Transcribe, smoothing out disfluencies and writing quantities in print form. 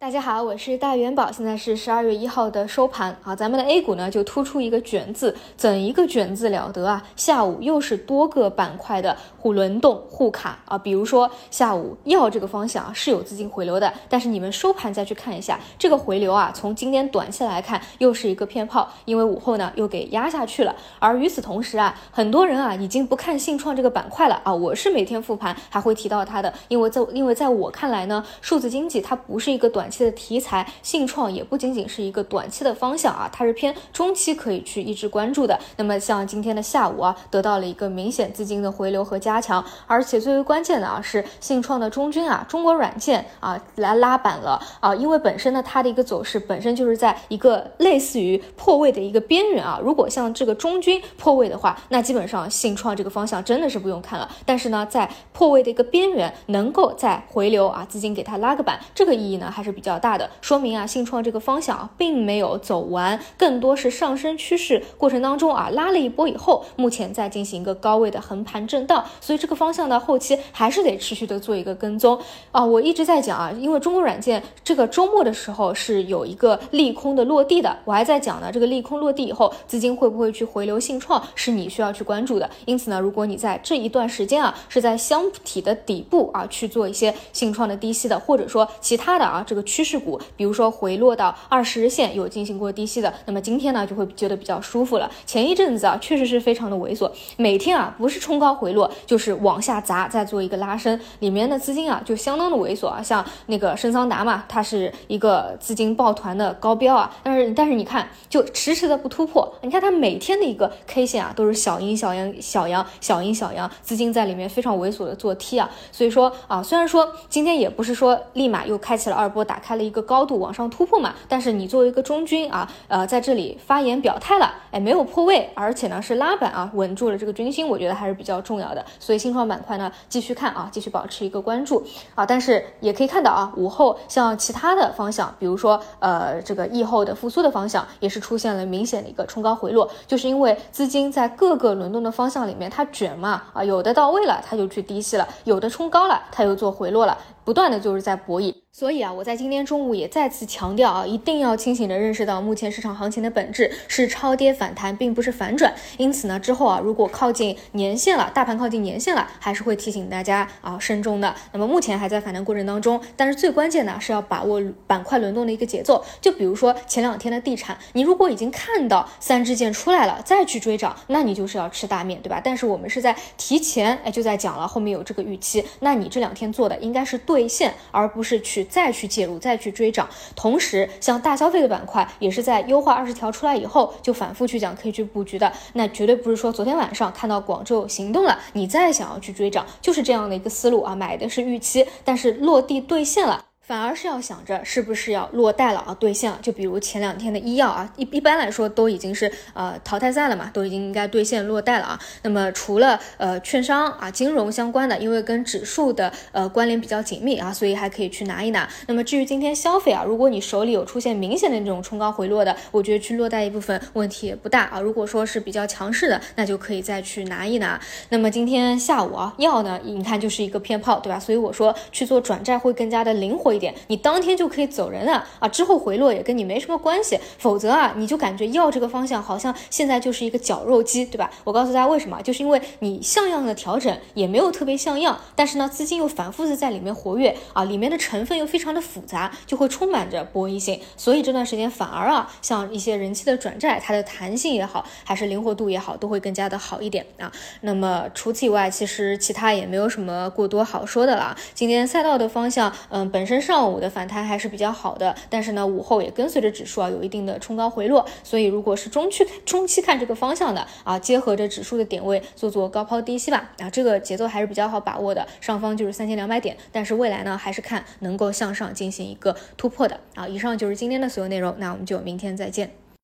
大家好，我是大元宝，现在是12月1号的收盘啊。咱们的 A 股呢就突出一个卷字，怎一个卷字了得啊！下午又是多个板块的轮动互卡啊，比如说下午药这个方向啊是有资金回流的，但是你们收盘再去看一下这个回流啊，从今天短期来看又是一个骗炮，因为午后呢又给压下去了。而与此同时啊，很多人啊已经不看信创这个板块了啊，我是每天复盘还会提到它的，因为在我看来呢，数字经济它不是一个短期的题材，信创也不仅仅是一个短期的方向啊，它是偏中期可以去一直关注的。那么像今天的下午啊，得到了一个明显资金的回流和加强，而且最为关键的啊是信创的中军啊，中国软件啊来拉板了啊，因为本身呢它的一个走势本身就是在一个类似于破位的一个边缘啊，如果像这个中军破位的话，那基本上信创这个方向真的是不用看了。但是呢，在破位的一个边缘能够再回流啊，资金给它拉个板，这个意义呢还是比较大的，说明啊信创这个方向啊并没有走完，更多是上升趋势过程当中啊拉了一波以后，目前在进行一个高位的横盘震荡，所以这个方向呢后期还是得持续的做一个跟踪啊。我一直在讲啊，因为中国软件这个周末的时候是有一个利空的落地的，我还在讲呢，这个利空落地以后资金会不会去回流信创是你需要去关注的。因此呢，如果你在这一段时间啊是在箱体的底部啊去做一些信创的低吸的，或者说其他的啊这个趋势股，比如说回落到20日线有进行过低吸的，那么今天呢就会觉得比较舒服了。前一阵子啊确实是非常的猥琐，每天啊不是冲高回落就是往下砸再做一个拉升，里面的资金啊就相当的猥琐啊，像那个深桑达嘛，它是一个资金抱团的高标啊，但是你看就迟迟的不突破，你看它每天的一个 K 线啊都是小阴小阳小阳小阴小阳，资金在里面非常猥琐的做 T 啊，所以说啊虽然说今天也不是说立马又开启了二波，打开了一个高度往上突破嘛，但是你作为一个中军啊在这里发言表态了，没有破位，而且呢是拉板啊稳住了这个军心，我觉得还是比较重要的。所以信创板块呢继续看啊，继续保持一个关注啊，但是也可以看到啊，午后像其他的方向，比如说这个疫后的复苏的方向也是出现了明显的一个冲高回落，就是因为资金在各个轮动的方向里面它卷嘛啊，有的到位了它就去低吸了，有的冲高了它又做回落了，不断的就是在博弈。所以啊，我在今天中午也再次强调啊，一定要清醒的认识到目前市场行情的本质是超跌反弹，并不是反转。因此呢，之后啊，如果靠近年线了，大盘靠近年线了，还是会提醒大家啊慎重的。那么目前还在反弹过程当中，但是最关键的是要把握板块轮动的一个节奏。就比如说前两天的地产，你如果已经看到三支箭出来了，再去追涨，那你就是要吃大面，对吧？但是我们是在提前就在讲了，后面有这个预期，那你这两天做的应该是兑现，而不是再去介入再去追涨。同时像大消费的板块也是在优化20条出来以后就反复去讲可以去布局的，那绝对不是说昨天晚上看到广州行动了你再想要去追涨，就是这样的一个思路啊，买的是预期，但是落地兑现了反而是要想着是不是要落袋了啊，兑现了。就比如前两天的医药啊，一般来说都已经是淘汰赛了嘛，都已经应该兑现落袋了啊。那么除了券商啊、金融相关的，因为跟指数的关联比较紧密啊，所以还可以去拿一拿。那么至于今天消费啊，如果你手里有出现明显的这种冲高回落的，我觉得去落袋一部分问题也不大啊。如果说是比较强势的，那就可以再去拿一拿。那么今天下午啊，药呢，你看就是一个偏炮，对吧？所以我说去做转债会更加的灵活一点，你当天就可以走人了啊，之后回落也跟你没什么关系，否则啊你就感觉药这个方向好像现在就是一个绞肉机，对吧？我告诉大家为什么，就是因为你像样的调整也没有特别像样，但是呢资金又反复的在里面活跃啊，里面的成分又非常的复杂，就会充满着博弈性，所以这段时间反而啊像一些人气的转债，它的弹性也好还是灵活度也好都会更加的好一点啊。那么除此以外其实其他也没有什么过多好说的了。今天赛道的方向本身上午的反弹还是比较好的，但是呢午后也跟随着指数啊有一定的冲高回落，所以如果是中期看这个方向的啊，结合着指数的点位做高抛低吸吧啊，这个节奏还是比较好把握的，上方就是3200点，但是未来呢还是看能够向上进行一个突破的啊。以上就是今天的所有内容，那我们就明天再见。